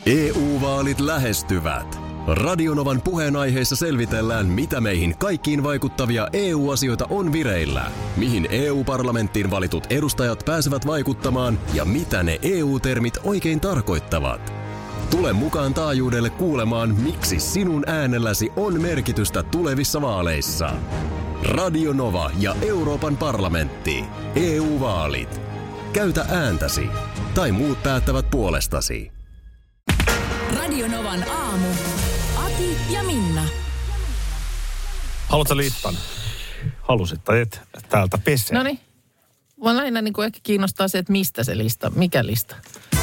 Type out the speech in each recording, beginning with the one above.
EU-vaalit lähestyvät. Radionovan puheenaiheessa selvitellään, mitä meihin kaikkiin vaikuttavia EU-asioita on vireillä, mihin EU-parlamenttiin valitut edustajat pääsevät vaikuttamaan ja mitä ne EU-termit oikein tarkoittavat. Tule mukaan taajuudelle kuulemaan, miksi sinun äänelläsi on merkitystä tulevissa vaaleissa. Radio Nova ja Euroopan parlamentti. EU-vaalit. Käytä ääntäsi. Tai muut päättävät puolestasi. Radio Novan aamu. Ati ja Minna. Haluatko listan? Halusit tai et täältä pesee. Noniin. Vaan lähinnä niin ehkä kiinnostaa se, että mistä se lista, mikä lista.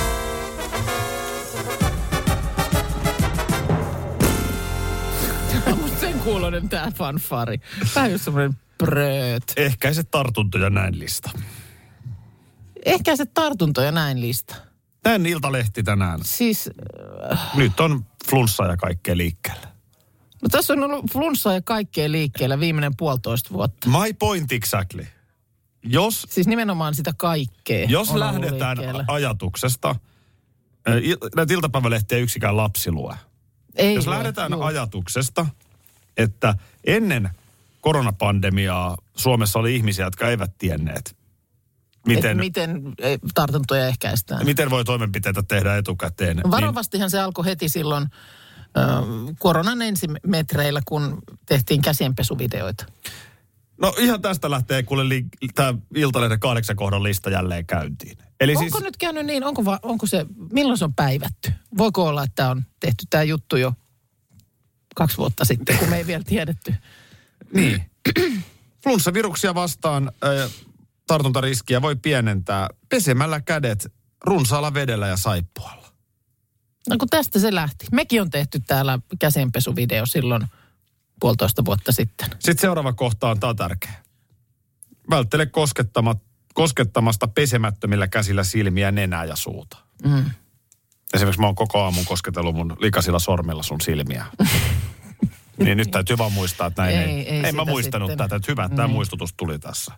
Musta sen kuuloinen tää fanfari. Vähän just semmoinen brööt. Ehkäiset tartuntoja näin lista. Ehkäiset tartuntoja näin lista. Tän Iltalehti tänään. Siis... Nyt on flunssa ja kaikkea liikkeellä. No tässä on ollut flunssa ja kaikkea liikkeellä viimeinen 1,5 vuotta. My point exactly. Siis nimenomaan sitä kaikkea. Jos lähdetään ajatuksesta, näitä iltapäivälehtiä yksikään lapsi lue. Jos lähdetään ajatuksesta, että ennen koronapandemiaa Suomessa oli ihmisiä, jotka eivät tienneet, miten tartuntoja ehkäistään. Miten voi toimenpiteitä tehdä etukäteen. Varovastihan se alkoi heti silloin koronan ensimetreillä, kun tehtiin käsienpesuvideoita. No ihan tästä lähtee kuule tämä Iltalehden 8 kohdan lista jälleen käyntiin. Eli onko nyt käynyt niin, onko se, milloin se on päivätty? Voiko olla, että on tehty tämä juttu jo 2 vuotta sitten, kun me ei vielä tiedetty? Niin. Flunssaviruksia vastaan tartuntariskiä voi pienentää pesemällä kädet runsaalla vedellä ja saippualla. No kun tästä se lähti. Mekin on tehty täällä käsienpesuvideo silloin 1,5 vuotta sitten. Sitten seuraava kohta on tärkeä. Välttele koskettamasta pesemättömillä käsillä silmiä, nenää ja suuta. Mm. Esimerkiksi mä oon koko aamun kosketellut mun likaisilla sormilla sun silmiä. Niin nyt täytyy vaan muistaa, että näin ei mä muistanut tätä, että hyvä, että tämä muistutus tuli tässä.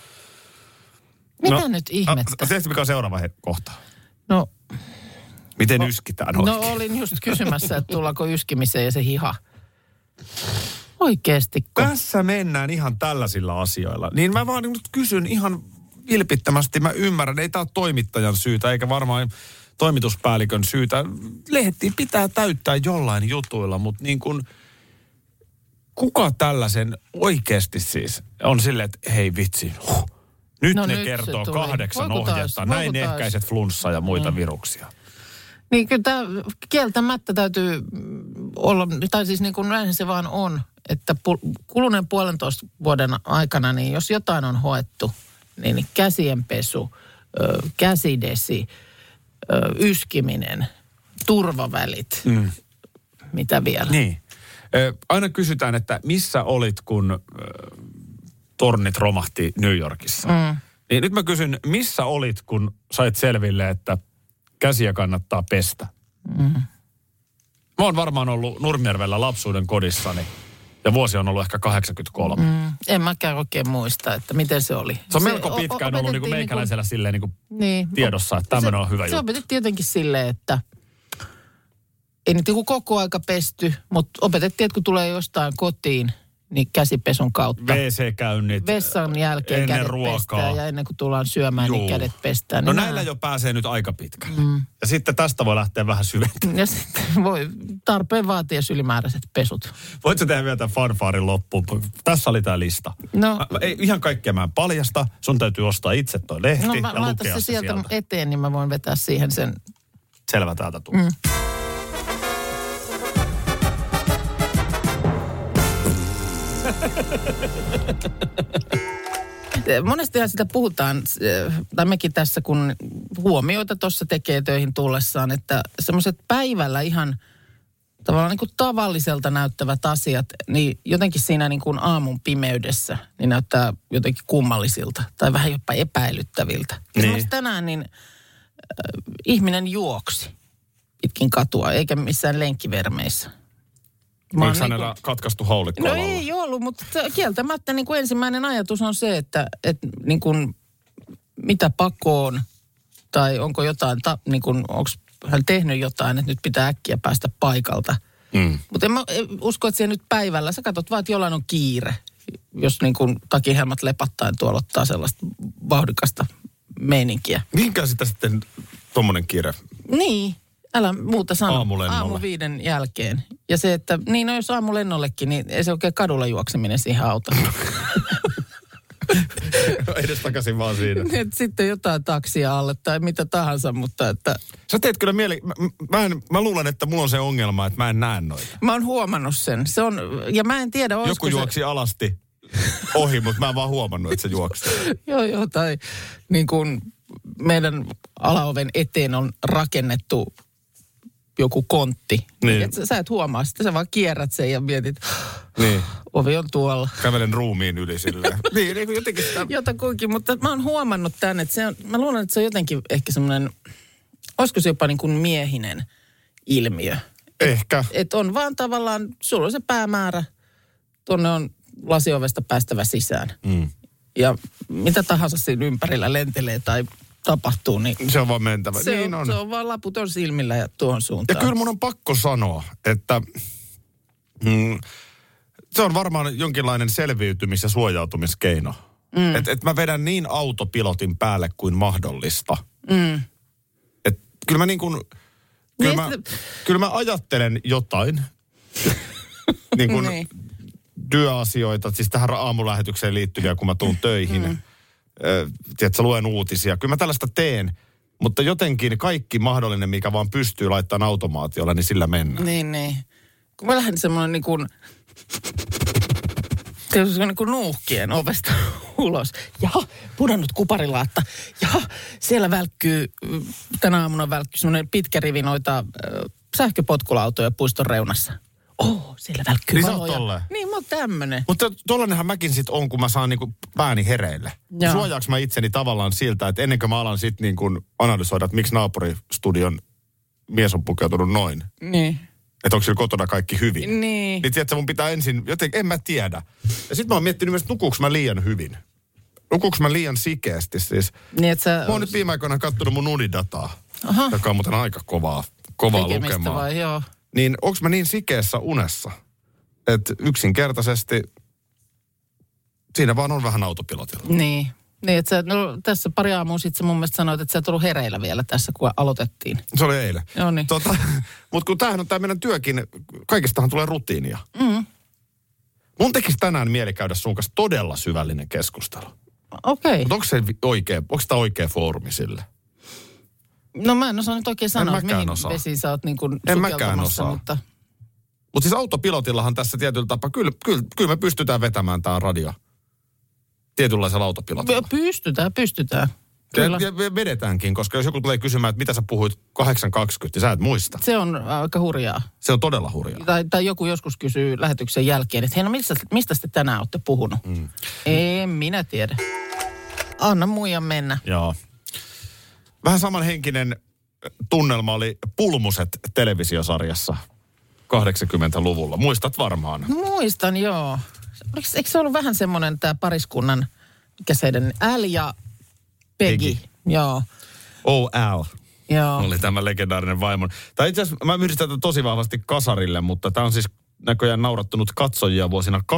Mitä nyt ihmettä? Tiedätkö, mikä on seuraava kohta? No. Miten yskitään oikein? No olin just kysymässä, että tullaanko yskimiseen ja se hiha. Oikeesti. Tässä mennään ihan tällaisilla asioilla. Niin mä vaan nyt kysyn ihan vilpittömästi. Mä ymmärrän, ei tää ole toimittajan syytä, eikä varmaan toimituspäällikön syytä. Lehti pitää täyttää jollain jutuilla, mutta niin kuin kuka tällaisen oikeasti siis on silleen, että hei vitsi, nyt ne kertoo 8 ohjetta. Näin ehkäiset flunssa ja muita viruksia. Niin kyllä tämä kieltämättä täytyy olla, tai siis niin kuin näinhän se vaan on, että kuluneen 1,5 vuoden aikana, niin jos jotain on hoettu, niin käsienpesu, käsidesi, yskiminen, turvavälit, mitä vielä? Niin. Aina kysytään, että missä olit, kun tornit romahti New Yorkissa. Niin nyt mä kysyn, missä olit, kun sait selville, että käsiä kannattaa pestä? Mä oon varmaan ollut Nurmijärvellä lapsuuden kodissani ja vuosi on ollut ehkä 83. En mäkään oikein muista, että miten se oli. Se on melko pitkään ollut niin meikäläisellä silleen niin tiedossa, että tämmöinen on hyvä juttu. Se opetettiin jotenkin silleen, että ei nyt koko aika pesty, mutta opetettiin, että kun tulee jostain kotiin, niin käsipesun kautta. WC-käynnit. Vessan jälkeen ennen kädet ruokaa. pestään ja ennen kuin tullaan syömään, niin kädet pestään. No niin näillä jo pääsee nyt aika pitkälle. Ja sitten tästä voi lähteä vähän syventämään. Ja sitten voi tarpeen vaatia ylimääräiset pesut. Voitko tehdä vielä tämän fanfaarin loppuun? Tässä oli tämä lista. No, ei ihan kaikkea mä en paljasta. Sun täytyy ostaa itse toi lehti ja lukea se sieltä eteen, niin mä voin vetää siihen sen. Selvä, täältä tulee. Monestihan sitä puhutaan, tai mekin tässä kun huomioita tuossa tekee töihin tullessaan, että semmoiset päivällä ihan tavallaan niin kuin tavalliselta näyttävät asiat, niin jotenkin siinä niin kuin aamun pimeydessä, niin näyttää jotenkin kummallisilta tai vähän jopa epäilyttäviltä. Esimerkiksi tänään niin ihminen juoksi pitkin katua, eikä missään lenkkivermeissä. Oliko hänellä katkaistu haulikko No alalla? ei ollut, mutta kieltämättä niin kuin ensimmäinen ajatus on se, että niin kuin, mitä pakoon tai onko jotain, niin kuin, onko hän tehnyt jotain, että nyt pitää äkkiä päästä paikalta. Mutta en usko, että siellä nyt päivällä, sä katsot vaan, että jollain on kiire. Jos niin kuin takihelmat lepattaen tuolla ottaa sellaista vauhdikasta meininkiä. Mihinkä sitä sitten tommonen kiire? Niin, älä muuta sano. Aamulennolle. Aamu 5 jälkeen. Ja se, että niin no jos aamulennollekin, niin ei se oikein kadulla juokseminen siihen auta. Edes takaisin vaan siinä. Sitten jotain taksia alle tai mitä tahansa, mutta että... Sä teet kyllä mä luulen, että mulla on se ongelma, että mä en näe noita. Mä oon huomannut sen. Se on, ja mä en tiedä, joku juoksi alasti ohi, mutta mä en vaan huomannut, että se juoksi. Joo, tai niin kuin meidän alaoven eteen on rakennettu joku kontti. Niin. Et sä et huomaa sitä, sä vaan kierrät sen ja mietit, niin. Ovi on tuolla. Kävelen ruumiin yli silleen. Niin kuin jotenkin sitä... Jotakuinkin, mutta mä oon huomannut tämän, että mä luulen, että se on jotenkin ehkä semmoinen, olisiko se jopa niin kuin miehinen ilmiö. Ehkä. Että on vaan tavallaan, sulla on se päämäärä, tuonne on lasiovesta päästävä sisään. Ja mitä tahansa siinä ympärillä lentelee tai tapahtuu, niin... Se on vaan mentävä. Se on vaan laput on silmillä ja tuohon suuntaan. Ja kyllä mun on pakko sanoa, että se on varmaan jonkinlainen selviytymis- ja suojautumiskeino. Että mä vedän niin autopilotin päälle kuin mahdollista. Että kyllä mä niin kuin... Kyllä mä ajattelen jotain. niin kuin työasioita, siis tähän aamulähetykseen liittyviä, kun mä tuun töihin. Tiedätkö, luen uutisia. Kyllä mä tällaista teen, mutta jotenkin kaikki mahdollinen, mikä vaan pystyy laittamaan automaatiolla, niin sillä mennään. Niin. Kun mä lähden semmoinen niin kuin... Se on niin kuin nuuhkien ovesta ulos. Jaha, pudonnut kuparilaatta. Jaha, siellä välkkyy, tänä aamuna välkkyy semmoinen pitkä rivi noita sähköpotkulautoja puiston reunassa. Siellä välkkyy niin valoja. Niin, mä oon tämmönen. Mutta tollanenhan mäkin sit on, kun mä saan niinku pääni hereille. Suojaaks mä itseni tavallaan siltä, että ennen kuin mä alan sit niinku analysoida, että miksi naapuristudion mies on pukeutunut noin. Niin. Että onko sillä kotona kaikki hyvin. Niin. Niin tiedätkö, mun pitää ensin, jotenkin en mä tiedä. Ja sit mä oon miettinyt myös, nukuuks mä liian hyvin. Nukuuks mä liian sikeästi siis. Niin, että sä... Mä oon nyt viime aikoina kattonut mun unidataa, joka on muuten aika kovaa lukemaa. Vai, joo. Niin onks mä niin sikeässä unessa, että yksinkertaisesti siinä vaan on vähän autopilotilla. Niin, että sä, tässä pari aamua sitten sä mun mielestä sanoit, että sä et ollut hereillä vielä tässä, kun aloitettiin. Se oli eilen. Joo niin. Mutta kun tämähän on tämä meidän työkin, kaikestahan tulee rutiinia. Mun tekisi tänään mieli käydä sun kanssa todella syvällinen keskustelu. Okei. Mutta onko tämä oikea foorumi sille? No mä en osaa nyt oikein sanoa, että mihin vesiin sä oot niin kuin sukeltamassa, mutta... Mutta siis autopilotillahan tässä tietyllä tapaa, kyllä me pystytään vetämään tämä radio tietynlaisella autopilotilla. Pystytään. Kyllä. Ja vedetäänkin, koska jos joku tulee kysymään, että mitä sä puhuit 8.20, niin sä et muista. Se on aika hurjaa. Se on todella hurjaa. Tai joku joskus kysyy lähetyksen jälkeen, että hei, no mistä te tänään olette puhunut? En minä tiedä. Anna muijan mennä. Joo. Vähän samanhenkinen tunnelma oli Pulmuset televisiosarjassa 80-luvulla. Muistat varmaan. Muistan, joo. Eikö se ollut vähän semmoinen tämä pariskunnan, mikä seiden Al ja Peggy. Joo. Al. Joo. Oli tämä legendaarinen vaimon. Tai itse asiassa mä yhdistän tätä tosi vahvasti kasarille, mutta tämä on siis näköjään naurattunut katsojia vuosina 87-97.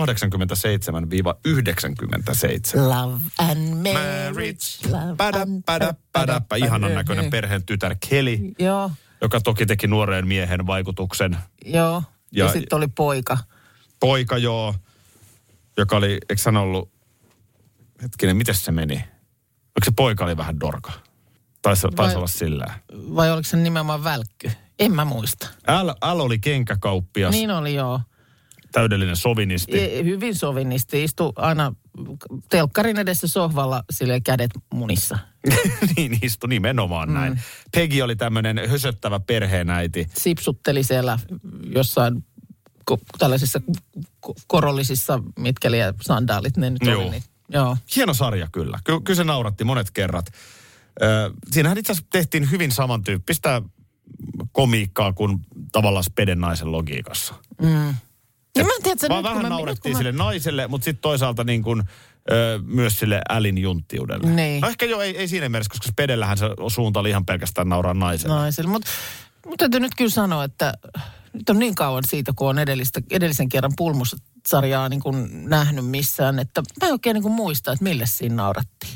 Love and marriage. Pädäppä. Ihanan näköinen perheen tytär Kelly. Joo. Joka toki teki nuoreen miehen vaikutuksen. Joo. Ja sitten oli poika. Poika, joo. Joka oli, eikö hän ollut, hetkinen, miten se meni? Onko se poika oli vähän dorka? Taisi olla sillä. Vai oliko se nimenomaan välkky? En mä muista. Al oli kenkäkauppias. Niin oli, joo. Täydellinen sovinisti. Hyvin sovinisti. Istui aina telkkarin edessä sohvalla silleen kädet munissa. Niin, istui nimenomaan näin. Peggy oli tämmöinen hösöttävä perheenäiti. Sipsutteli siellä jossain tällaisissa korollisissa, mitkä liian sandaalit ne nyt oli. Niin, joo. Hieno sarja kyllä. Kyllä se nauratti monet kerrat. Siinähän itse asiassa tehtiin hyvin samantyyppistä komiikkaa kuin tavallaan Speden naisen logiikassa. Ja mä en tiedä, vaan vähän naurettiin sille naiselle, mutta sitten toisaalta niin kuin, myös sille Alin junttiudelle. Niin. No ehkä jo ei siinä mielessä, koska Spedellähän se suunta oli ihan pelkästään nauraa naiselle. Mutta Mutta täytyy nyt kyllä sanoa, että nyt on niin kauan siitä, kun on edellisen kerran Pulmus-sarjaa niin kuin nähnyt missään, että mä en oikein niin kuin muista, että mille siinä naurattiin.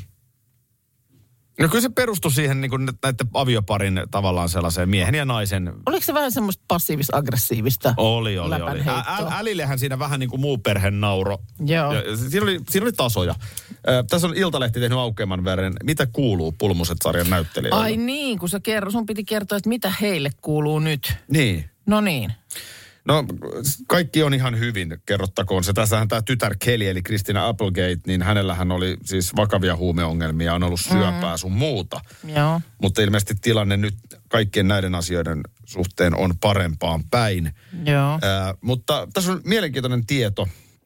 No kyllä se perustui siihen niin kuin näiden avioparin tavallaan sellaiseen miehen ja naisen. Oliko se vähän semmoista passiivis-aggressiivista Oli. läpänheittoa? Älillehän siinä vähän niin kuin muu perhe nauro. Joo. Ja siinä oli tasoja. Tässä on Iltalehti tehnyt aukeamman verran. Mitä kuuluu Pulmuset-sarjan näyttelijöille? Ai niin, kun sun piti kertoa, että mitä heille kuuluu nyt. Niin. No niin. No kaikki on ihan hyvin, kerrottakoon se. Tässähän tämä tytär Kelly, eli Christina Applegate, niin hänellähän oli siis vakavia huumeongelmia, on ollut syöpää sun muuta. Joo. Mutta ilmeisesti tilanne nyt kaikkien näiden asioiden suhteen on parempaan päin. Joo. Mutta tässä on mielenkiintoinen tieto.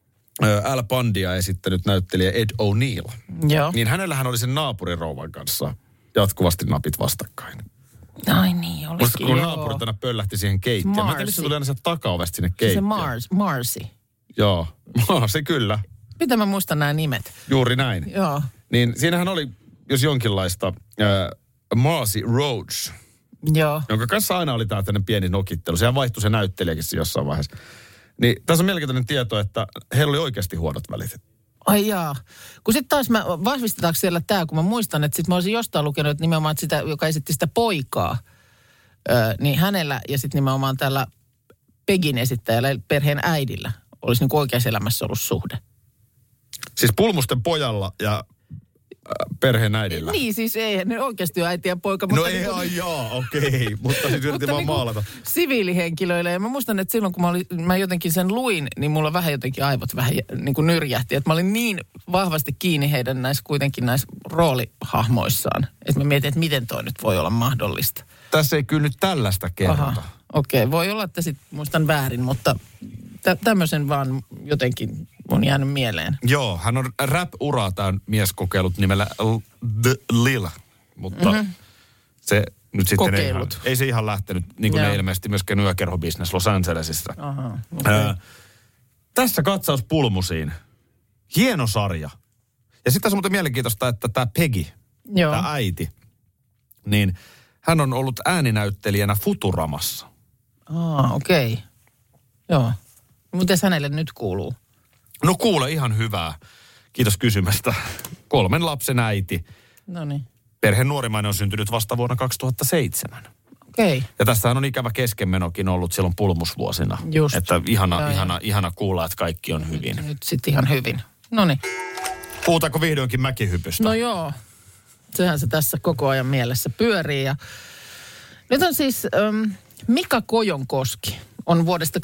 Al Bundyä esittänyt näyttelijä Ed O'Neill. Joo. Niin hänellähän oli sen naapurirouvan kanssa jatkuvasti napit vastakkain. Ai niin, olisikin, musta kun naapurit aina pöllähti siihen keittiöön. Mä tiedän, se tuli aina sieltä takaovesta sinne keittiöön. Se Marcy. Joo, se kyllä. Mitä mä muistan nämä nimet? Juuri näin. Joo. Niin siinähän oli, jos jonkinlaista, Marcy Rhodes. Joo. Jonka kanssa aina oli tämmöinen pieni nokittelu. Sehän vaihtui se näyttelijäkin jossain vaiheessa. Niin tässä on mielenkiintoinen tieto, että heillä oli oikeasti huonot välit. Ai jaa. Kun sitten taas vahvistetaanko siellä tämä, kun mä muistan, että sitten mä olisin jostain lukenut, että nimenomaan että sitä, joka esitti sitä poikaa, niin hänellä ja sitten nimenomaan tällä Pegin esittäjällä, perheen äidillä, olisi niin kuin oikeassa elämässä ollut suhde. Siis Pulmusten pojalla ja perheen äidillä? Niin, siis eihän ne oikeasti ole äiti ja poika. No ei, okei. Mutta siis yritin vaan maalata. Siviilihenkilöille. Ja mä muistan, että silloin kun mä jotenkin sen luin, niin mulla vähän jotenkin aivot vähän niin kuin nyrjähti. Että mä olin niin vahvasti kiinni heidän näissä roolihahmoissaan. Että mä mietin, että miten toi nyt voi olla mahdollista. Tässä ei kyllä nyt tällaista kerrota. Okei. Voi olla, että sit muistan väärin, mutta tämmöisen vaan jotenkin on jäänyt mieleen. Joo, hän on rap-uraa tämä mies kokeillut nimellä The Lil, mutta se nyt sitten ei se ihan lähtenyt, niin kuin ne ilmeisesti myöskään yökerhobisnes Los Angelesista. Aha, okay. Tässä katsaus Pulmusiin. Hieno sarja. Ja sitten on muuten mielenkiintoista, että tämä Peggy, tämä äiti, niin hän on ollut ääninäyttelijänä Futuramassa. Okei. Joo. Miten hänelle nyt kuuluu? No kuule, ihan hyvää. Kiitos kysymästä. 3 lapsen äiti. Noniin. Perheen nuorimmainen on syntynyt vasta vuonna 2007. Okei. Ja tässähän on ikävä keskenmenokin ollut silloin Pulmusvuosina. Just. Että ihana kuulla, että kaikki on hyvin. Nyt sitten ihan hyvin. Noniin. Puhutaanko vihdoinkin mäkihypystä? No joo. Sehän se tässä koko ajan mielessä pyörii. Ja nyt on siis Mika Kojonkoski on vuodesta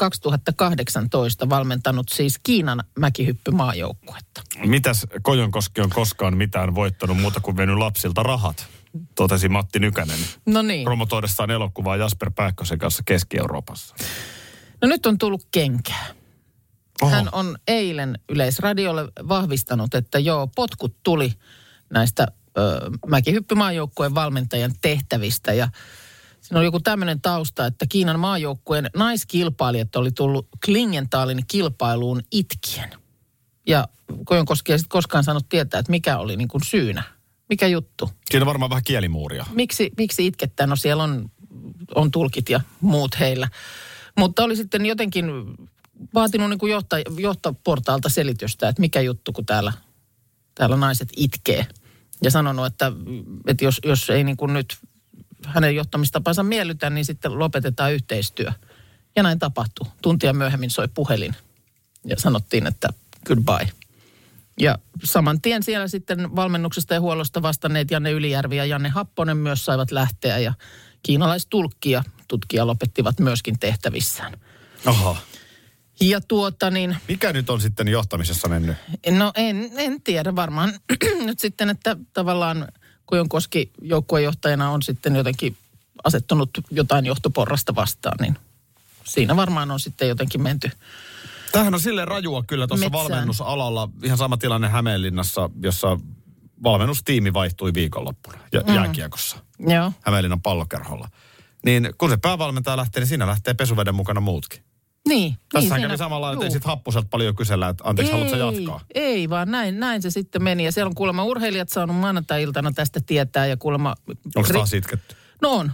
2018 valmentanut siis Kiinan mäkihyppymaajoukkuetta. Mitäs Kojonkoski on koskaan mitään voittanut muuta kuin vienyt lapsilta rahat, totesi Matti Nykänen. No niin. Promotoidessaan elokuvaa Jasper Pääkkösen kanssa Keski-Euroopassa. No nyt on tullut kenkää. Oho. Hän on eilen Yleisradiolle vahvistanut, että potkut tuli näistä mäkihyppymaajoukkueen valmentajan tehtävistä ja siinä oli joku tämmöinen tausta, että Kiinan maajoukkueen naiskilpailijat oli tullut Klingenthalin kilpailuun itkien. Ja Kojonkoski ei sitten koskaan saanut tietää, että mikä oli niin kuin syynä. Mikä juttu? Siinä on varmaan vähän kielimuuria. Miksi itkettää? No siellä on tulkit ja muut heillä. Mutta oli sitten jotenkin vaatinut niin kuin johtoportaalta selitystä, että mikä juttu, kun täällä naiset itkee. Ja sanonut, että jos ei niin kuin nyt hänen johtamistapansa miellytä, niin sitten lopetetaan yhteistyö. Ja näin tapahtui. Tuntia myöhemmin soi puhelin ja sanottiin, että goodbye. Ja saman tien siellä sitten valmennuksesta ja huollosta vastanneet Janne Ylijärvi ja Janne Happonen myös saivat lähteä ja kiinalaistulkki ja tutkija lopettivat myöskin tehtävissään. Aha. Ja mikä nyt on sitten johtamisessa mennyt? No en tiedä varmaan nyt sitten, että tavallaan Kojonkoski joukkuejohtajana on sitten jotenkin asettunut jotain johtoporrasta vastaan, niin siinä varmaan on sitten jotenkin menty. Tämähän on silleen rajua kyllä tuossa valmennusalalla. Ihan sama tilanne Hämeenlinnassa, jossa valmennustiimi vaihtui viikonloppuna jääkiekossa. Joo. Hämeenlinnan pallokerholla. Niin kun se päävalmentaja lähtee, niin siinä lähtee pesuveden mukana muutkin. Niin. Tässähän kävi samalla, että ei sitten Happoselta paljon kysellä, että anteeksi, haluatko jatkaa? Ei, vaan näin se sitten meni. Ja siellä on kuulemma urheilijat saanut maanantai-iltana tästä tietää ja kuulemma... Onko taas itketty? No on.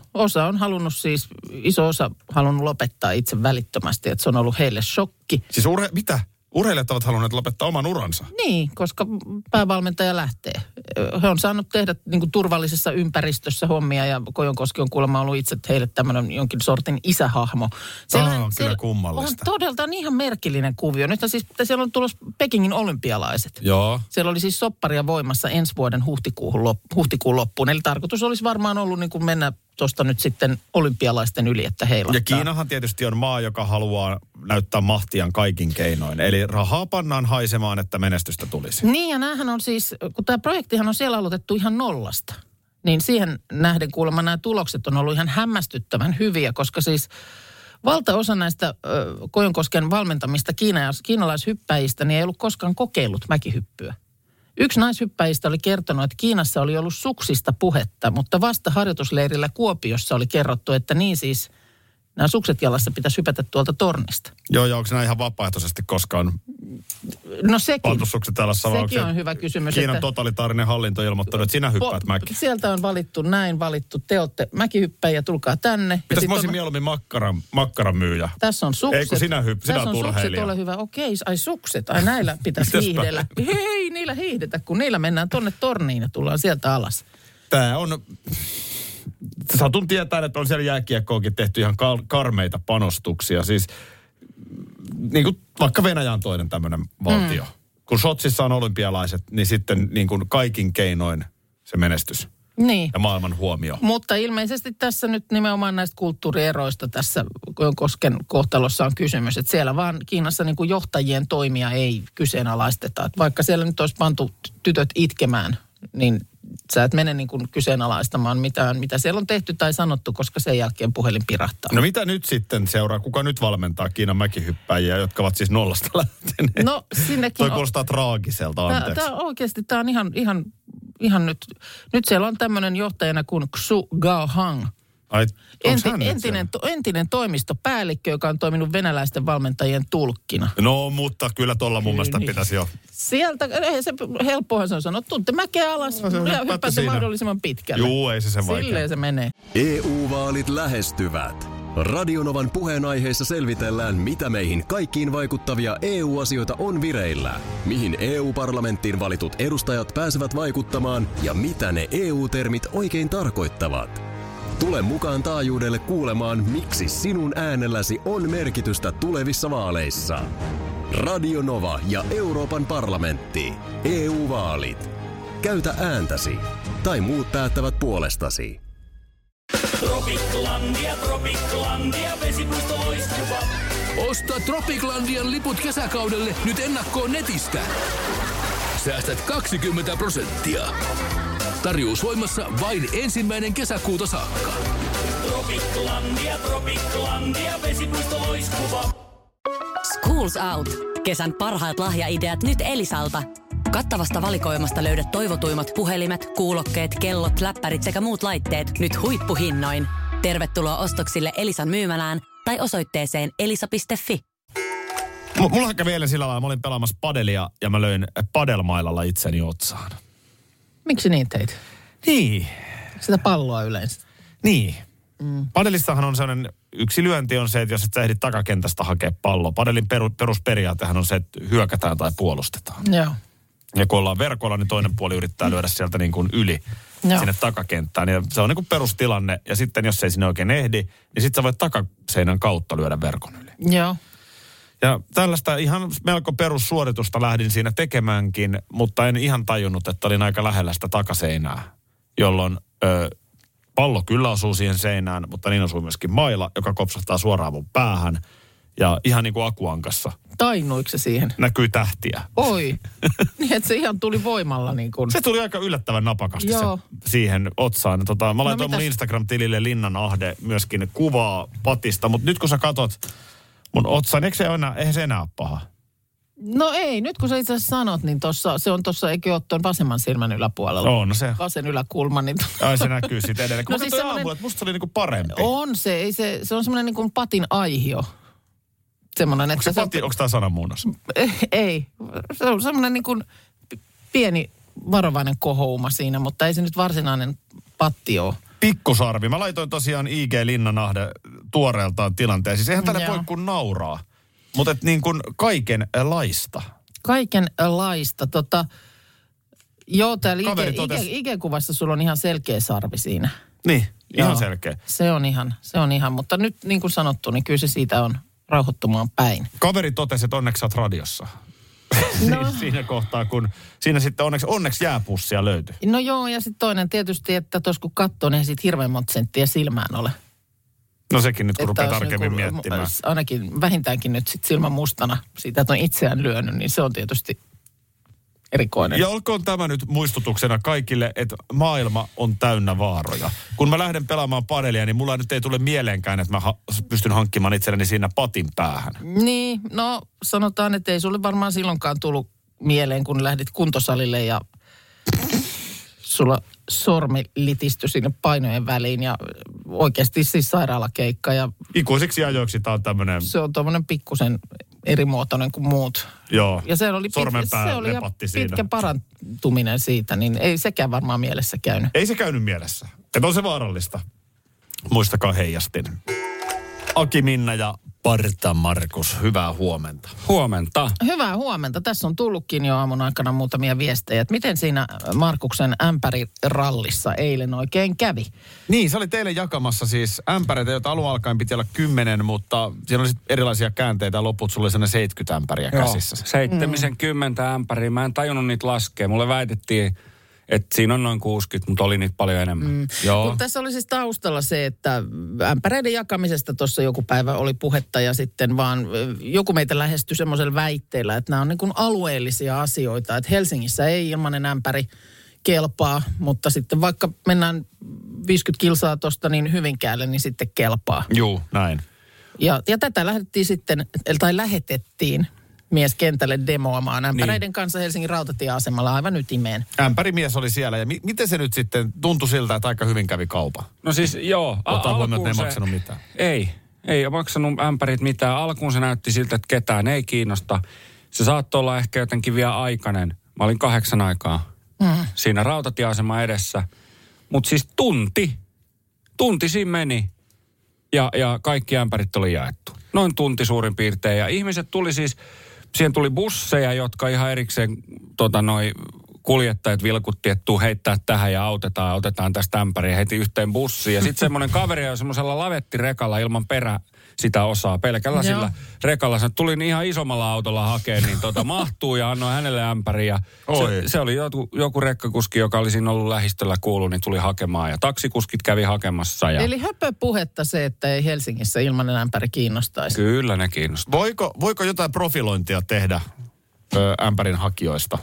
Iso osa halunnut lopettaa itse välittömästi, että se on ollut heille shokki. Siis mitä? Urheilijat ovat halunneet lopettaa oman uransa? Niin, koska päävalmentaja lähtee. He on saanut tehdä niin kuin turvallisessa ympäristössä hommia ja Kojonkoski on kuulemma ollut itse heille tämmöinen jonkin sortin isähahmo. Tämä on kyllä kummallista. On todella ihan merkillinen kuvio. Nyt siellä on tulossa Pekingin olympialaiset. Joo. Siellä oli siis sopparia voimassa ensi vuoden huhtikuun loppuun. Eli tarkoitus olisi varmaan ollut niin kuin mennä tuosta nyt sitten olympialaisten yli, että heilahtaa. Ja Kiinahan tietysti on maa, joka haluaa näyttää mahtiaan kaikin keinoin. Eli rahaa pannaan haisemaan, että menestystä tulisi. Niin, ja näähän on siis, kun tämä projektihan on siellä aloitettu ihan nollasta, niin siihen nähden kuulemma nämä tulokset on ollut ihan hämmästyttävän hyviä, koska siis valtaosa näistä Kojonkosken valmentamista kiinalaishyppäjistä niin ei ollut koskaan kokeillut mäkihyppyä. Yksi naishyppäjistä oli kertonut, että Kiinassa oli ollut suksista puhetta, mutta vasta harjoitusleirillä Kuopiossa oli kerrottu, että niin siis nämä sukset jalassa pitäisi hypätä tuolta tornista. Joo, ja onko nämä ihan vapaaehtoisesti koskaan pantu sukset jalassa? Sekin on hyvä kysymys. Kiinan totalitaarinen hallinto ilmoittanut, että sinä hyppäät mäkiä. Sieltä on valittu, te olette mäkihyppäjiä, tulkaa tänne. Mitäs mä olisin mieluummin makkaran myyjä? Tässä on sukset. Ei kun sinä tässä on sukset, ole hyvä. Okei, sukset, näillä pitäisi hiihdellä. Hei, niillä hiihdetä, kun niillä mennään tonne torniin ja tullaan sieltä alas. Tämä on... Satun tietää, että on siellä jääkiekkoonkin tehty ihan karmeita panostuksia. Siis niin kuin vaikka Venäjä on toinen tämmöinen valtio. Kun Sotsissa on olympialaiset, niin sitten niin kuin kaikin keinoin se menestys. Niin. Ja maailman huomio. Mutta ilmeisesti tässä nyt nimenomaan näistä kulttuurieroista tässä Kojonkosken kohtalossa on kysymys. Että siellä vaan Kiinassa niin kuin johtajien toimia ei kyseenalaisteta. Että vaikka siellä nyt olisi pantu tytöt itkemään, niin sä et mene niin kuin kyseenalaistamaan mitään, mitä siellä on tehty tai sanottu, koska sen jälkeen puhelin pirahtaa. No mitä nyt sitten seuraa? Kuka nyt valmentaa Kiinan mäkihyppäjiä, jotka ovat siis nollasta lähteneet? No sinnekin toi kuulostaa traagiselta, anteeksi. Tämä on ihan nyt siellä on tämmöinen johtajana kuin Xu Gaohang. Entinen toimistopäällikkö, joka on toiminut venäläisten valmentajien tulkkina. No, mutta kyllä tuolla mun mielestä pitäisi jo. Sieltä, helppohan se on sanoa, tunte mäkeä alas ja hyppäätte mahdollisimman pitkälle. Juu, ei se vaikea. Silleen se menee. EU-vaalit lähestyvät. Radionovan puheenaiheessa selvitellään, mitä meihin kaikkiin vaikuttavia EU-asioita on vireillä, mihin EU-parlamenttiin valitut edustajat pääsevät vaikuttamaan ja mitä ne EU-termit oikein tarkoittavat. Tule mukaan taajuudelle kuulemaan, miksi sinun äänelläsi on merkitystä tulevissa vaaleissa. Radio Nova ja Euroopan parlamentti. EU-vaalit. Käytä ääntäsi. Tai muut päättävät puolestasi. Tropiklandia, vesipuisto loistuva. Osta Tropiklandian liput kesäkaudelle nyt ennakkoon netistä. Säästät 20%. Tarjous voimassa vain 1. kesäkuuta saakka. Tropiklandia, vesipuisto loistuva. Schools Out. Kesän parhaat lahjaideat nyt Elisalta. Kattavasta valikoimasta löydät toivotuimmat puhelimet, kuulokkeet, kellot, läppärit sekä muut laitteet nyt huippuhinnoin. Tervetuloa ostoksille Elisan myymälään tai osoitteeseen elisa.fi. Mulla kävi vielä sillä lailla, mä olin pelaamassa padelia ja mä löin padelmailalla itseni otsaan. Miksi niin teit? Niin. Sitä palloa yleensä. Niin. Padelissahan on sellainen, yksi lyönti on se, että jos et sä ehdit takakentästä hakea palloa. Padelin perusperiaatehan on se, että hyökätään tai puolustetaan. Joo. Ja kun ollaan verkolla, niin toinen puoli yrittää lyödä sieltä niin kuin yli sinne takakenttään. Ja se on niin kuin perustilanne. Ja sitten jos ei sinne oikein ehdi, niin sitten sä voit takaseinän kautta lyödä verkon yli. Joo. Ja tällaista ihan melko perussuoritusta lähdin siinä tekemäänkin, mutta en ihan tajunnut, että olin aika lähellä sitä takaseinää, jolloin pallo kyllä osuu siihen seinään, mutta niin osuu myöskin maila, joka kopsahtaa suoraan mun päähän. Ja ihan niin kuin akuankassa. Tainuiko se siihen? Näkyy tähtiä. Oi, niin että se ihan tuli voimalla niin kuin. Se tuli aika yllättävän napakasti se, siihen otsaan. Mä laitoin mun Instagram-tilille Linnan Ahde myöskin kuvaa patista, mutta nyt kun sä katot mun otsaan, eihän se enää ole paha? No ei, nyt kun sä itse asiassa sanot, niin se on tuossa, eikö ole tuon vasemman silmän yläpuolella? On se. Vasen yläkulma. Niin ai se näkyy siitä edelleen. Kun no siis aamulla, että musta se oli niinku parempi. On se, se on semmoinen niin kuin patin aihio. Semmoinen, että onko tämä sananmuunnos? Ei. Se on semmoinen niin kuin pieni varovainen kohouma siinä, mutta ei se nyt varsinainen patti ole. Pikkusarvi. Mä laitoin tosiaan IG Linnanahde tuoreeltaan tilanteen. Siis eihän tälle Joo. voi kuin nauraa. Mutta niin kuin kaikenlaista. Kaikenlaista. Joo, täällä Kaveri IG-kuvassa sulla on ihan selkeä sarvi siinä. Niin, ihan Joo. selkeä. Se on ihan. Mutta nyt niin kuin sanottu, niin kyllä se siitä on rauhoittumaan päin. Kaveri totesi, että onneksi sä oot radiossa. No. Siinä kohtaa, kun siinä sitten onneksi jääpussia löytyi. No joo, ja sitten toinen tietysti, että tuossa kun katsoo, niin ei siitä hirveän monta senttiä silmään ole. No sekin nyt, kun rupeaa olisi tarkemmin miettimään. Ainakin vähintäänkin nyt sitten silmä mustana siitä, että on itseään lyönyt, niin se on tietysti erikoinen. Ja olkoon tämä nyt muistutuksena kaikille, että maailma on täynnä vaaroja. Kun mä lähden pelaamaan padelia, niin mulla nyt ei tule mieleenkään, että mä pystyn hankkimaan itselleni siinä patin päähän. Niin, no sanotaan, että ei sulle varmaan silloinkaan tullut mieleen, kun lähdit kuntosalille ja sulla sormi litistyi sinne painojen väliin ja oikeasti siis sairaalakeikka. Ja Ikuisiksi ajoiksi tää on tämmönen... se on tommonen pikkusen erimuotoinen kuin muut. Joo, Ja se oli sormenpää lepatti siinä. pitkä parantuminen siitä, niin ei sekään varmaan mielessä käynyt. Ei se käynyt mielessä. Että on se vaarallista. Muistakaa heijastin. Aki Minna ja Parta Markus, hyvää huomenta. Huomenta. Hyvää huomenta. Tässä on tullutkin jo aamun aikana muutamia viestejä, että miten siinä Markuksen ämpärirallissa eilen oikein kävi. Niin, sä olit eilen jakamassa siis ämpäreitä, joita alun alkaen piti olla 10, mutta siinä oli erilaisia käänteitä ja loput sulla oli sellainen 70 ämpäriä käsissä. 70 ämpäriä. Mä en tajunnut niitä laskea. Mulle väitettiin, että siinä on noin 60, mutta oli niitä paljon enemmän. Joo. Mutta tässä oli siis taustalla se, että ämpäreiden jakamisesta tuossa joku päivä oli puhetta ja sitten vaan joku meitä lähestyi semmoisella väitteellä, että nämä on niin kuin alueellisia asioita. Että Helsingissä ei ilmainen ämpäri kelpaa, mutta sitten vaikka mennään 50 kilsaa tuosta niin Hyvinkäälle, niin sitten kelpaa. Juu, näin. Ja tätä lähetettiin mies kentälle demoamaan ämpäreiden kanssa Helsingin rautatieasemalla aivan ytimeen. Ämpärimies oli siellä ja miten se nyt sitten tuntui siltä, että aika hyvin kävi kaupa? No siis joo. Ottaa huomioon, että ne ei maksanut mitään. Ei maksanut ämpärit mitään. Alkuun se näytti siltä, että ketään ei kiinnosta. Se saattoi olla ehkä jotenkin vielä aikainen. Mä olin 8 aikaa siinä rautatieaseman edessä. Mutta siis tunti siinä meni ja kaikki ämpärit oli jaettu. Noin tunti suurin piirtein. Ja ihmiset tuli siis, siihen tuli busseja, jotka ihan erikseen kuljettajat vilkutti, että tuu heittää tähän ja otetaan tästä ämpäriä heti yhteen bussiin. Ja sitten semmoinen kaveri on semmoisella lavettirekalla ilman sitä osaa. Pelkällä sillä rekalla. Se tuli ihan isommalla autolla hakeen, niin mahtuu ja annoin hänelle ämpäriä. Se oli joku rekkakuski, joka oli siinä ollut lähistöllä kuullut, niin tuli hakemaan. Ja taksikuskit kävi hakemassa. Ja... Eli höpöpuhetta se, että ei Helsingissä ilmainen ämpäri kiinnostaisi. Kyllä ne kiinnostaa. Voiko jotain profilointia tehdä ämpärin hakijoista?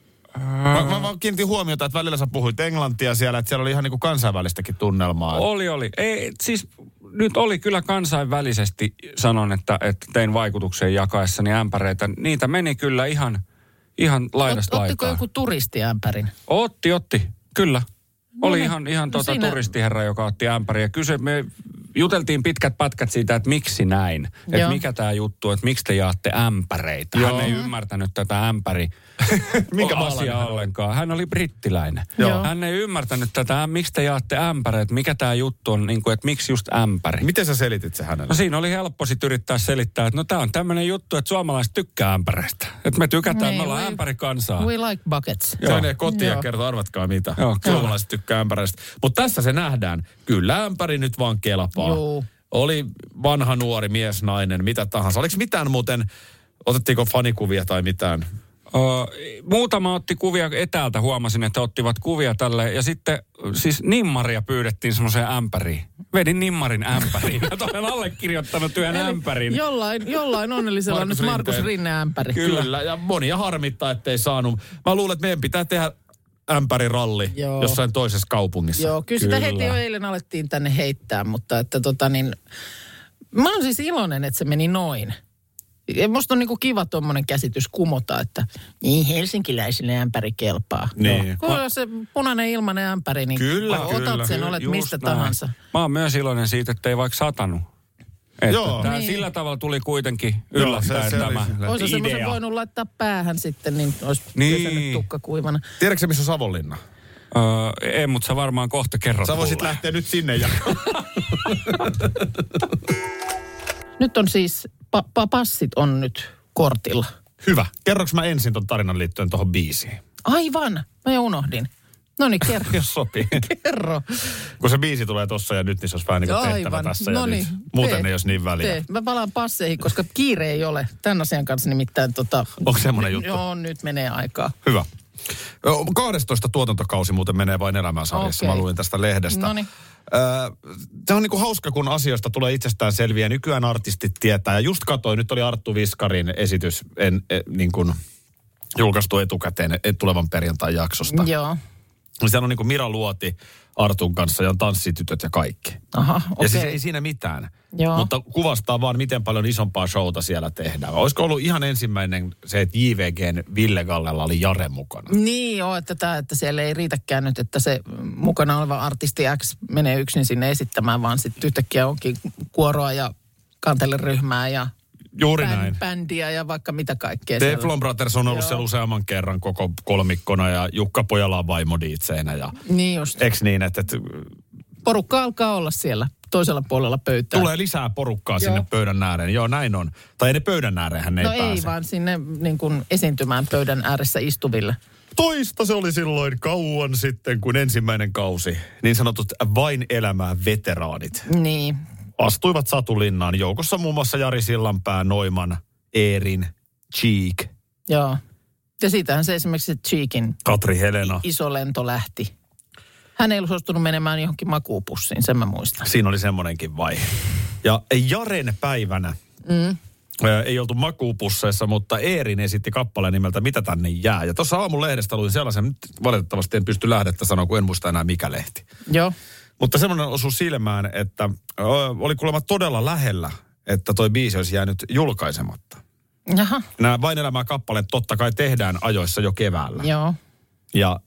Mä vaan kiinnitin huomiota, että välillä sä puhuit englantia siellä, että siellä oli ihan niin kuin kansainvälistäkin tunnelmaa. Oli. Ei, siis nyt oli kyllä kansainvälisesti, sanon, että tein vaikutuksen jakaessani ämpäreitä. Niitä meni kyllä ihan laidasta laitaan. Ottiko joku turistiämpärin? Otti, kyllä. Oli No ihan siinä... turistiherra, joka otti ämpäriä. Me juteltiin pitkät pätkät siitä, että miksi näin. Että mikä tämä juttu, että miksi te jaatte ämpäreitä. Hän ei ymmärtänyt tätä asiaa ollenkaan. Hän oli brittiläinen. Joo. Hän ei ymmärtänyt tätä, miksi te jaatte ämpäreitä. Mikä tämä juttu on, niin kuin, että miksi just ämpäri. Miten sä selitit se hänelle? No siinä oli helppo sit yrittää selittää, että no tämä on tämmöinen juttu, että suomalaiset tykkää ämpäreistä. Että me tykätään, me ollaan ämpärikansaa. We like buckets. Se menee kotiin ja kertoo, arvatkaa mitä. Joo, suomalaiset tykkää ämpäreistä. Mutta tässä se nähdään. Kyllä ämpäri nyt vaan kelpaa. Joo. Oli vanha, nuori, mies, nainen, mitä tahansa. Oliko mitään muuten, otettiinko fanikuvia tai mitään? Muutama otti kuvia etäältä, huomasin, että ottivat kuvia tälle. Ja sitten siis nimmaria pyydettiin semmoiseen ämpäriin. Vedin nimmarin ämpäriin. Mä olen allekirjoittanut yhden ämpärin. Jollain onnellisella nyt Markus Rinne-ämpäri. Kyllä, ja monia harmittaa, ettei saanut. Mä luulen, että meidän pitää tehdä ämpäriralli jossain toisessa kaupungissa. Joo, kyllä sitä heti jo eilen alettiin tänne heittää, mutta että mä oon siis iloinen, että se meni noin. Musta on niinku kiva tommonen käsitys kumota, että niin helsinkiläisille ämpäri kelpaa. Niin. Kun on se punainen ilmainen ämpäri, niin otat sen, olet mistä tahansa. Mä oon myös iloinen siitä, että ei vaikka satanut. Että sillä tavalla tuli kuitenkin yllättäen tämä Olisi semmoisen voinut laittaa päähän sitten, niin olisi pesänyt tukka kuivana. Tiedätkö missä on Savonlinna? Ei, mutta sä varmaan kohta kerrot. Sä voisit lähteä nyt sinne ja... Nyt on siis, passit on nyt kortilla. Hyvä. Kerroks mä ensin ton tarinan liittyen tohon biisiin? Aivan, mä jo unohdin. No niin, kerro. Jos sopii. Kerro. Kun se biisi tulee tossa ja nyt, niin se olisi vähän niin kuin tehtävä tässä ja nyt. Muuten ei olisi niin väliä. Mä palaan passeihin, koska kiire ei ole. Tämän asian kanssa nimittäin Onko semmoinen juttu? Joo, nyt menee aikaa. Hyvä. 12 tuotantokausi muuten menee Vain elämää -sarjassa. Okay. Mä luin tästä lehdestä. Noniin. Se on niin kuin hauska, kun asioista tulee itsestään selviä. Nykyään artistit tietää. Ja just katsoin, nyt oli Arttu Viskarin esitys niin kuin julkaistu etukäteen tulevan perjantain jaksosta. Joo. Siellä on niin kuin Mira Luoti Artun kanssa ja on tanssitytöt ja kaikki. Aha, okei. Ja siis ei siinä mitään. Joo. Mutta kuvastaa vaan, miten paljon isompaa showta siellä tehdään. Olisiko ollut ihan ensimmäinen se, että JVGn Ville Gallella oli Jare mukana? Niin joo, että siellä ei riitäkään nyt, että se mukana oleva artisti X menee yksin sinne esittämään, vaan sitten yhtäkkiä onkin kuoroa ja kanteleryhmää ja Juuri näin. Bändiä ja vaikka mitä kaikkea. Teflon Brothers on ollut siellä useamman kerran koko kolmikkona ja Jukka Pojala on vaimodiitseinä. Ja niin just. Eks niin, että porukka alkaa olla siellä toisella puolella pöytää. Tulee lisää porukkaa sinne pöydän ääreen. Joo, näin on. Tai ei ne pöydän ääreen ne ei pääse. No ei, vaan sinne niin kuin esiintymään pöydän ääressä istuville. Toista se oli silloin kauan sitten, kun ensimmäinen kausi, niin sanotut Vain elämää -veteraanit, niin astuivat Satulinnaan. Joukossa muun muassa Jari Sillanpää, Noiman, Eerin, Cheek. Joo. Ja siitähän se esimerkiksi Cheekin Katri Helena. Iso lento lähti. Hän ei ollut suostunut menemään johonkin makuupussiin, sen mä muistan. Siinä oli semmoinenkin vaihe. Ja Jaren päivänä ei oltu makuupusseissa, mutta Eerin esitti kappaleen nimeltä Mitä tänne jää. Ja tuossa aamun lehdestä luin sellaisen, nyt valitettavasti en pysty lähdettä sanoa, kun en muista enää mikä lehti. Joo. Mutta semmoinen osui silmään, että oli kuulemma todella lähellä, että toi biisi olisi jäänyt julkaisematta. Jaha. Nämä Vain elämää -kappaleet totta kai tehdään ajoissa jo keväällä. Joo. Ja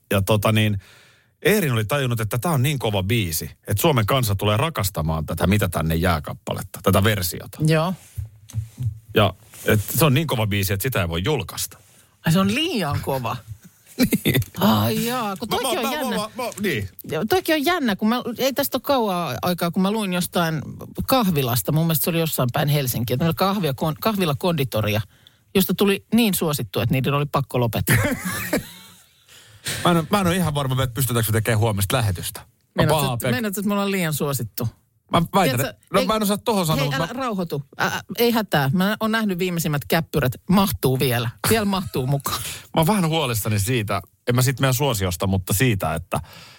Eerin oli tajunnut, että tämä on niin kova biisi, että Suomen kansa tulee rakastamaan tätä Mitä tänne jää -kappaletta, tätä versiota. Joo. Ja että se on niin kova biisi, että sitä ei voi julkaista. Ai se on liian kova. Niin. Ai jaa, kun toikin on jännä. Niin. Toikin on jännä, kun ei tästä ole kauan aikaa, kun mä luin jostain kahvilasta. Mun mielestä se oli jossain päin Helsinkiä. Kahvilakonditoria, josta tuli niin suosittu, että niiden oli pakko lopettaa. Mä en ole ihan varma, että pystytäänkö tekemään huomista lähetystä. Meinaat, että me ollaan liian suosittu. Mä väitän, mä en osaa tohon sanoa. Hei, älä rauhoitu. Ei hätää. Mä oon nähnyt viimeisimmät käppyrät. Mahtuu vielä. Vielä mahtuu mukaan. Mä oon vähän huolissani siitä, en mä sit meidän suosiosta, mutta siitä, että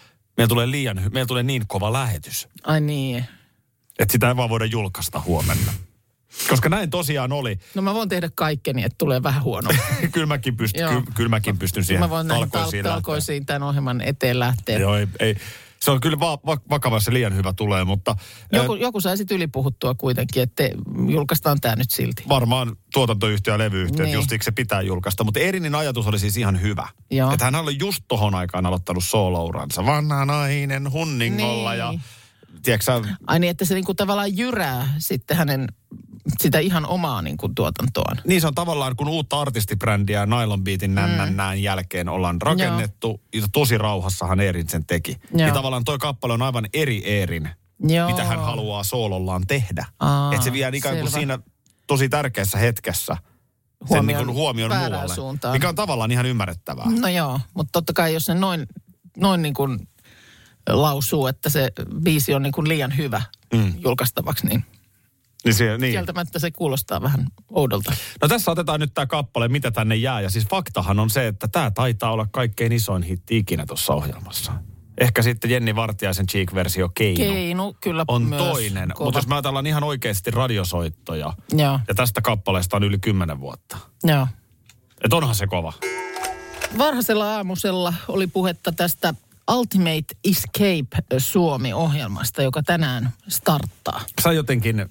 meillä tulee niin kova lähetys. Ai niin. Että sitä ei vaan voida julkaista huomenna. Koska näin tosiaan oli. No mä voin tehdä kaikkeni, että tulee vähän huonoa. Kyllä mäkin pystyn siihen mä voin talkoisiin tämän ohjelman eteen lähteä. Joo, ei. Se on kyllä vakava, se liian hyvä tulee, mutta... Joku sai sitten ylipuhuttua kuitenkin, että julkaistaan tämä nyt silti. Varmaan tuotantoyhtiö ja levyyhtiö, niin. justiksi se pitää julkaista. Mutta Eerinin ajatus oli siis ihan hyvä. Että hän oli just tohon aikaan aloittanut soolouransa. Vanha nainen Hunningolla niin. ja... Tiedätkö, ai niin, että se niinku tavallaan jyrää sitten hänen sitä ihan omaa niinku tuotantoaan. Niin se on tavallaan, kun uutta artistibrändiä Nylon Beatin näin jälkeen ollaan rakennettu. Ja tosi rauhassahan Eerin sen teki. Joo. Niin tavallaan toi kappale on aivan eri Eerin, mitä hän haluaa soolollaan tehdä. Että se vie ikään kuin siinä tosi tärkeässä hetkessä sen niin kuin huomion muualle. Suuntaan. Mikä on tavallaan ihan ymmärrettävää. No joo, mutta totta kai jos ne noin niin kuin lausuu, että se biisi on niin kuin liian hyvä julkaistavaksi, niin kieltämättä se kuulostaa vähän oudolta. No tässä otetaan nyt tämä kappale, Mitä tänne jää. Ja siis faktahan on se, että tämä taitaa olla kaikkein isoin hitti ikinä tuossa ohjelmassa. Ehkä sitten Jenni Vartiaisen Cheek-versio Keinu kyllä on myös toinen. Mutta jos me ajatellaan ihan oikeasti radiosoittoja, ja tästä kappaleesta on yli 10 vuotta. Joo. Että onhan se kova. Varhaisella aamusella oli puhetta tästä Ultimate Escape Suomi-ohjelmasta, joka tänään starttaa. Sä jotenkin,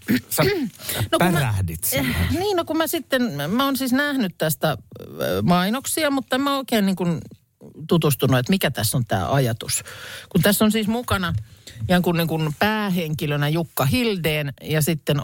pärähdit siihen. Niin, no kun mä oon siis nähnyt tästä mainoksia, mutta en mä oikein niin kuin tutustunut, että mikä tässä on tämä ajatus. Kun tässä on siis mukana jonkun niin kuin päähenkilönä Jukka Hildén ja sitten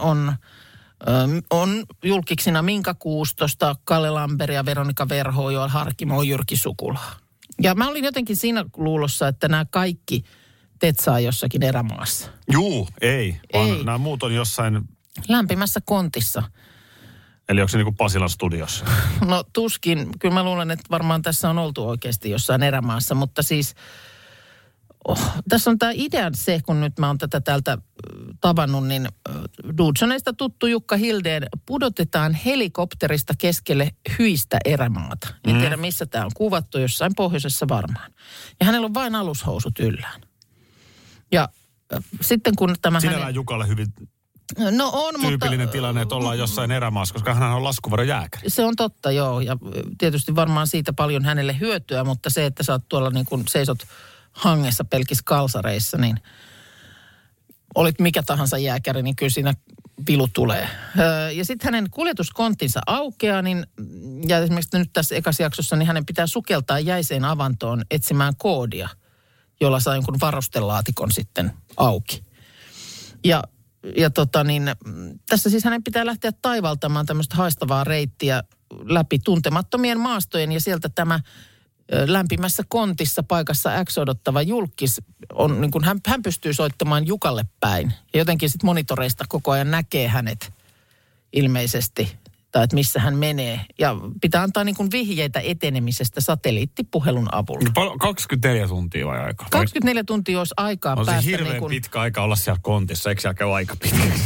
on julkiksina Minka Kuustosta, Kalle Lamberi ja Veronika Verho, Joel Harkimo, Jyrki Sukula. Ja mä olin jotenkin siinä luulossa, että nämä kaikki tetsaa jossakin erämaassa. Juu, ei. Vaan Ei. nämä muut on jossain, Lämpimässä kontissa. eli onko se niin kuin Pasilan studiossa? No tuskin. Kyllä mä luulen, että varmaan tässä on oltu oikeasti jossain erämaassa, mutta siis tässä on tämä idea se, kun nyt mä oon tätä täältä tavannut, niin Dudsoneista tuttu Jukka Hildeen pudotetaan helikopterista keskelle hyistä erämaata. En tiedä, missä tämä on kuvattu, jossain pohjoisessa varmaan. Ja hänellä on vain alushousut yllään. Ja sitten kun tämä Sinällään Jukalle hyvin No on, tyypillinen mutta tilanne, että ollaan jossain erämaassa, koska hän on laskuvarjojääkäri. se on totta, joo. Ja tietysti varmaan siitä paljon hänelle hyötyä, mutta se, että sä oot tuolla niin kuin seisot hangessa pelkissä kalsareissa, niin olit mikä tahansa jääkäri, niin kyllä siinä vilu tulee. Ja sitten hänen kuljetuskonttinsa aukeaa, niin, ja esimerkiksi nyt tässä ekassa jaksossa, niin hänen pitää sukeltaa jäiseen avantoon etsimään koodia, jolla saa jonkun varustelaatikon sitten auki. Ja tässä siis hänen pitää lähteä taivaltamaan tämmöistä haistavaa reittiä läpi tuntemattomien maastojen, ja sieltä tämä lämpimässä kontissa paikassa X odottava julkis on niin kuin hän pystyy soittamaan Jukalle päin. Ja jotenkin sitten monitoreista koko ajan näkee hänet ilmeisesti, tai että missä hän menee. Ja pitää antaa niin kuin vihjeitä etenemisestä satelliittipuhelun avulla. 24 tuntia vai aikaa? 24 tuntia olisi aikaa on päästä se hirveän niin kuin pitkä aika olla siellä kontissa, eikö siellä käy aika pitkäksi?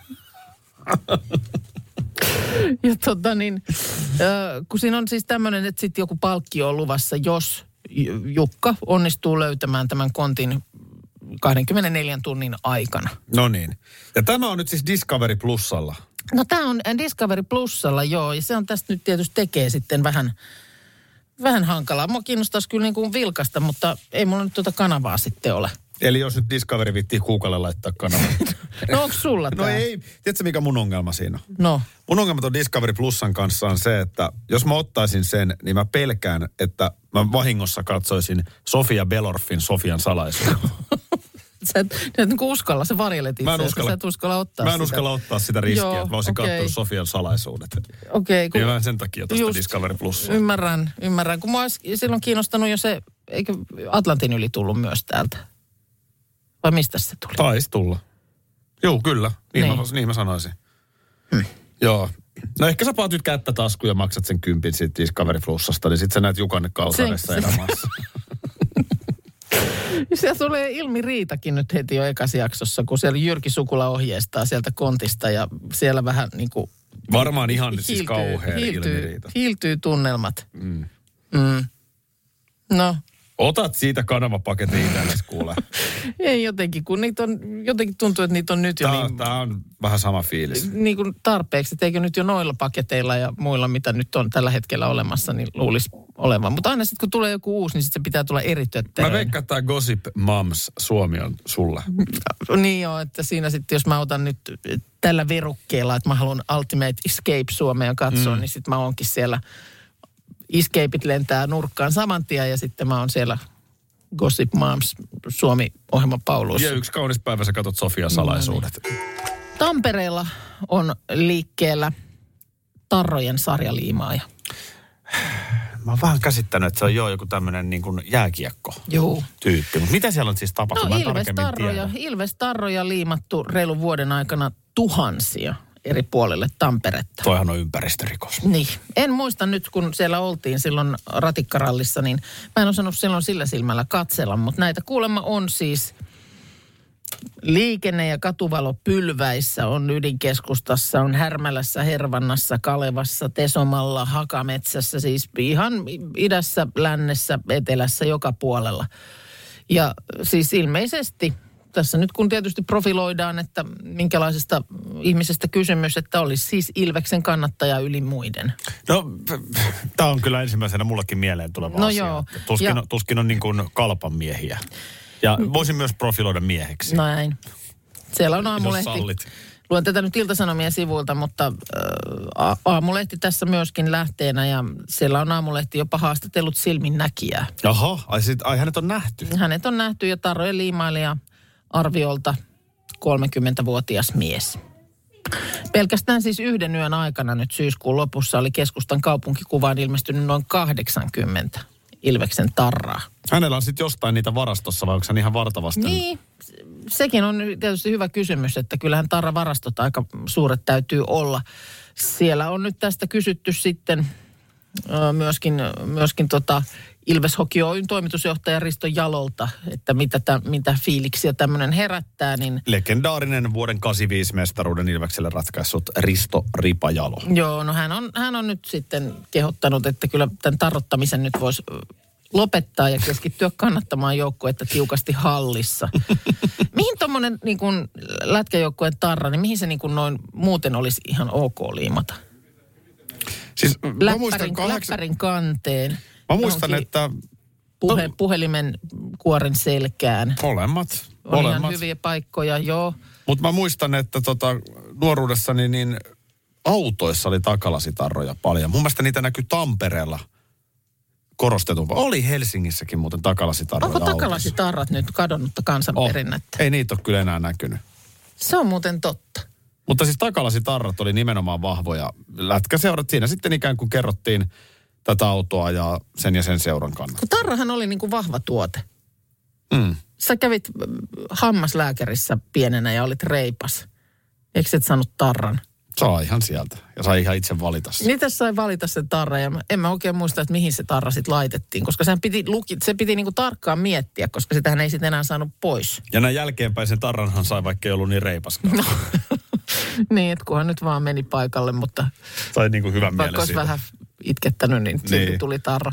Ja kun siinä on siis tämmöinen, että sitten joku palkkio on luvassa, jos Jukka onnistuu löytämään tämän kontin 24 tunnin aikana. No niin. Ja tämä on nyt siis Discovery Plusalla. No tämä on Discovery Plusalla, joo, ja se on tästä nyt tietysti tekee sitten vähän hankalaa. Mua kiinnostaisi kyllä niin kuin vilkasta, mutta ei mulla nyt tuota kanavaa sitten ole. Eli jos nyt Discovery viittii Googlelle laittaa kanavaa. No onko sulla No ei. Tiedätkö mikä mun ongelma siinä on? No. Mun ongelma ton Discovery Plusan kanssa on se, että jos mä ottaisin sen, niin mä pelkään, että mä vahingossa katsoisin Sofia Belorfin Sofian salaisuuden. Sä et niin kuin uskalla, sä varjelet itse, sä et uskalla ottaa sitä. Mä en uskalla ottaa sitä riskiä, Joo, että mä olisin okei. katsonut Sofian salaisuudet. Okei. Niin mä sen takia tuosta Discovery Plusaa. Ymmärrän. Kun mä olisi silloin kiinnostanut jo se, eikö Atlantin yli tullut myös täältä? Vai mistä se tuli? Taisi tulla. Joo, kyllä. Niin mä sanoisin. Joo. No ehkä sä paat nyt kättä taskuun ja maksat sen 10 siitä Discovery Plusasta, niin sit sä näet Jukanne kalsareissa erämaassa. Siellä tulee Ilmi Riitakin nyt heti jo ekassa jaksossa, kun siellä Jyrki Sukula ohjeistaa sieltä kontista ja siellä vähän niin kuin Varmaan ihan siis kauhea Ilmi Riita. Hiiltyy tunnelmat. No. Otat siitä kanavapaketin itsellesi, kuule. Ei jotenkin, kun niitä on, jotenkin tuntuu, että niitä on nyt jo Tää on vähän sama fiilis. niin kuin tarpeeksi, että eikö nyt jo noilla paketeilla ja muilla, mitä nyt on tällä hetkellä olemassa, niin luulisi olevan. Mutta aina sitten, kun tulee joku uusi, niin sitten se pitää tulla eri tötteröön. Mä veikkaan, että tämä Gossip Moms Suomi on sulle. Niin joo, että siinä sitten, jos mä otan nyt tällä verukkeella, että mä haluan Ultimate Escape Suomea katsoa, niin sitten mä oonkin siellä. Escapeit lentää nurkkaan saman tien ja sitten mä oon siellä Gossip Moms Suomi-ohjelman Paulussa. Ja yksi kaunis päivä sä katot Sofian salaisuudet. Tampereella on liikkeellä Tarrojen sarjaliimaaja. Mä oon vähän käsittänyt, että se on joku tämmönen niin kuin jääkiekko-tyyppi. Mutta mitä siellä on siis tapahtunut? No Ilves-tarroja liimattu reilun vuoden aikana tuhansia eri puolille Tamperetta. Toihan on ympäristörikos. Niin. En muista nyt, kun siellä oltiin silloin ratikkarallissa, niin mä en osannut silloin sillä silmällä katsella, mutta näitä kuulemma on siis liikenne- ja katuvalopylväissä, on Ydinkeskustassa, on Härmälässä, Hervannassa, Kalevassa, Tesomalla, Hakametsässä, siis ihan idässä, lännessä, etelässä, joka puolella. Ja siis ilmeisesti tässä nyt kun tietysti profiloidaan, että minkälaisesta ihmisestä kysymys, että olisi siis Ilveksen kannattaja yli muiden. No, tämä on kyllä ensimmäisenä mullekin mieleen tuleva asia. Joo. Tuskin on niin kuin kalpan miehiä. Ja voisin myös profiloida mieheksi. Näin. Siellä on aamulehti. Jos sallit. Luen tätä nyt Ilta-Sanomien sivuilta, mutta aamulehti tässä myöskin lähteenä ja siellä on aamulehti jopa haastatellut silminnäkijää. Jaha, ai hänet on nähty. Hänet on nähty ja Tarrojen liimailija arviolta 30-vuotias mies. Pelkästään siis yhden yön aikana nyt syyskuun lopussa oli keskustan kaupunkikuvaan ilmestynyt noin 80 Ilveksen tarraa. Hänellä on sitten jostain niitä varastossa, vai onko hän ihan vartavasti? Niin, sekin on tietysti hyvä kysymys, että kyllähän tarravarastot aika suuret täytyy olla. Siellä on nyt tästä kysytty sitten myöskin Ilves Hockey Oyn toimitusjohtaja Risto Jalolta, että mitä fiiliksiä tämmöinen herättää. Niin legendaarinen vuoden 85 mestaruuden Ilvekselle ratkaissut Risto Ripa-Jalo. Joo, no hän on nyt sitten kehottanut, että kyllä tämän tarrottamisen nyt voisi lopettaa ja keskittyä kannattamaan joukkuetta tiukasti hallissa. Mihin tommonen niin kuin lätkäjoukkueen tarra, niin mihin se niin kuin noin muuten olisi ihan ok liimata? Siis läppärin kanteen. Mä muistan, että puhelimen kuoren selkään. Molemmat. On ihan hyviä paikkoja, joo. Mutta mä muistan, että nuoruudessani niin autoissa oli takalasitarroja paljon. Mun mielestä niitä näkyy Tampereella korostetumpaa. Oli Helsingissäkin muuten takalasitarroja. Onko takalasitarrat nyt kadonnutta kansanperinnettä? Ei niitä ole kyllä enää näkynyt. Se on muuten totta. Mutta siis takalasitarrat oli nimenomaan vahvoja lätkäseurat. Siinä sitten ikään kuin kerrottiin tätä autoa ja sen seuran kannalta. Kun tarrahan oli niin kuin vahva tuote. Mm. Sä kävit hammaslääkärissä pienenä ja olit reipas. Eikö et saanut tarran? Saa ihan sieltä. Ja sai ihan itse valita sen. Miten sai valita sen tarran? Ja en mä oikein muista, että mihin se tarra sitten laitettiin. Koska se piti niinku tarkkaan miettiä, koska sitähän ei sitten enää saanut pois. Ja näin jälkeenpäin sen tarranhan sai, vaikka ei ollut niin reipaskaan. No. Niin, että kunhan nyt vaan meni paikalle, mutta sai niinku hyvän mielen vaikka olisi vähän itkettänyt, niin silti tuli tarra.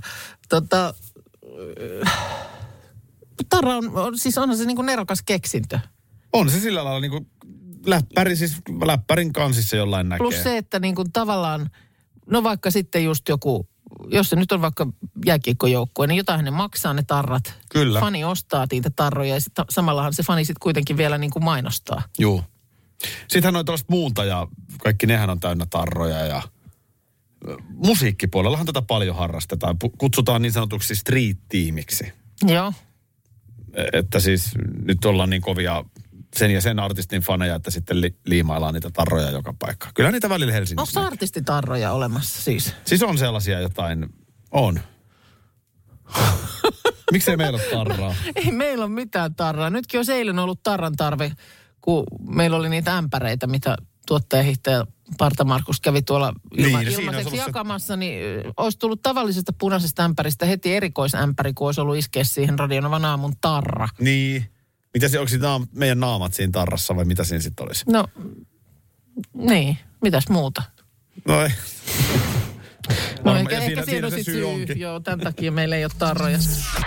Tarra on, siis onhan se niinku nerokas keksintö. On se sillä lailla niinku läppärin kansissa jollain näkee. Plus se, että niinku tavallaan, no vaikka sitten just joku, jos se nyt on vaikka jääkiekkojoukkue, niin jotain ne maksaa ne tarrat. Kyllä. Fani ostaa niitä tarroja ja sitten samallahan se fani sitten kuitenkin vielä niinku mainostaa. Joo. Sittenhän on tuollaista muunta ja kaikki nehän on täynnä tarroja ja musiikkipuolellahan tätä paljon harrastetaan. Kutsutaan niin sanotuksi street-tiimiksi. Joo. Että siis nyt ollaan niin kovia sen artistin faneja, että sitten liimaillaan niitä tarroja joka paikka. Kyllä niitä välillä Helsingissä. Onko artistitarroja olemassa siis? Siis on sellaisia jotain, on. Miksei meillä ole tarraa? Ei meillä ole mitään tarraa. Nytkin olisi eilen ollut tarran tarve, kun meillä oli niitä ämpäreitä, mitä tuottajahiihtäjä Parta Markus kävi tuolla ilmaiseksi jakamassa, niin olisi tullut tavallisesta punaisesta ämpäristä heti erikoisämpäri, kun olisi ollut iskeä siihen Radionovan aamun tarra. Niin. Mitä se, onko meidän naamat siinä tarrassa vai mitä siinä sitten olisi? No, niin. Mitäs muuta? No ei. No ehkä siinä on sitten syy. Joo, tämän takia meillä ei ole tarroja.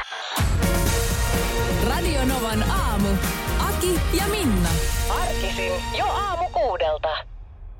Radionovan aamu. Aki ja Minna. Arkisin jo aamu 6:00.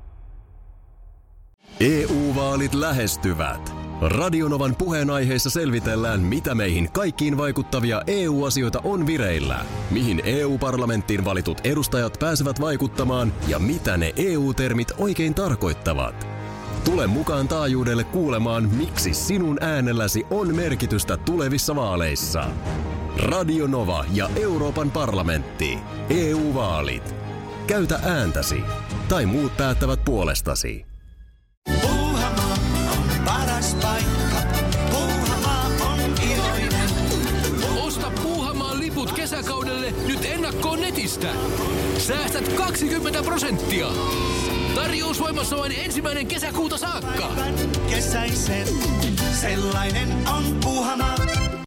EU-vaalit lähestyvät. Radionovan puheenaiheessa selvitellään, mitä meihin kaikkiin vaikuttavia EU-asioita on vireillä, mihin EU-parlamenttiin valitut edustajat pääsevät vaikuttamaan ja mitä ne EU-termit oikein tarkoittavat. Tule mukaan taajuudelle kuulemaan, miksi sinun äänelläsi on merkitystä tulevissa vaaleissa. Radio Nova ja Euroopan parlamentti. EU-vaalit. Käytä ääntäsi. Tai muut päättävät puolestasi. Puuhamaa on paras paikka. Puuhamaa on iloinen. Osta Puuhamaan liput kesäkaudelle nyt ennakkoon netistä. Säästät 20%. Tarjous voimassa vain 1. kesäkuuta saakka. Kesäisen, sellainen on Puuhamaa.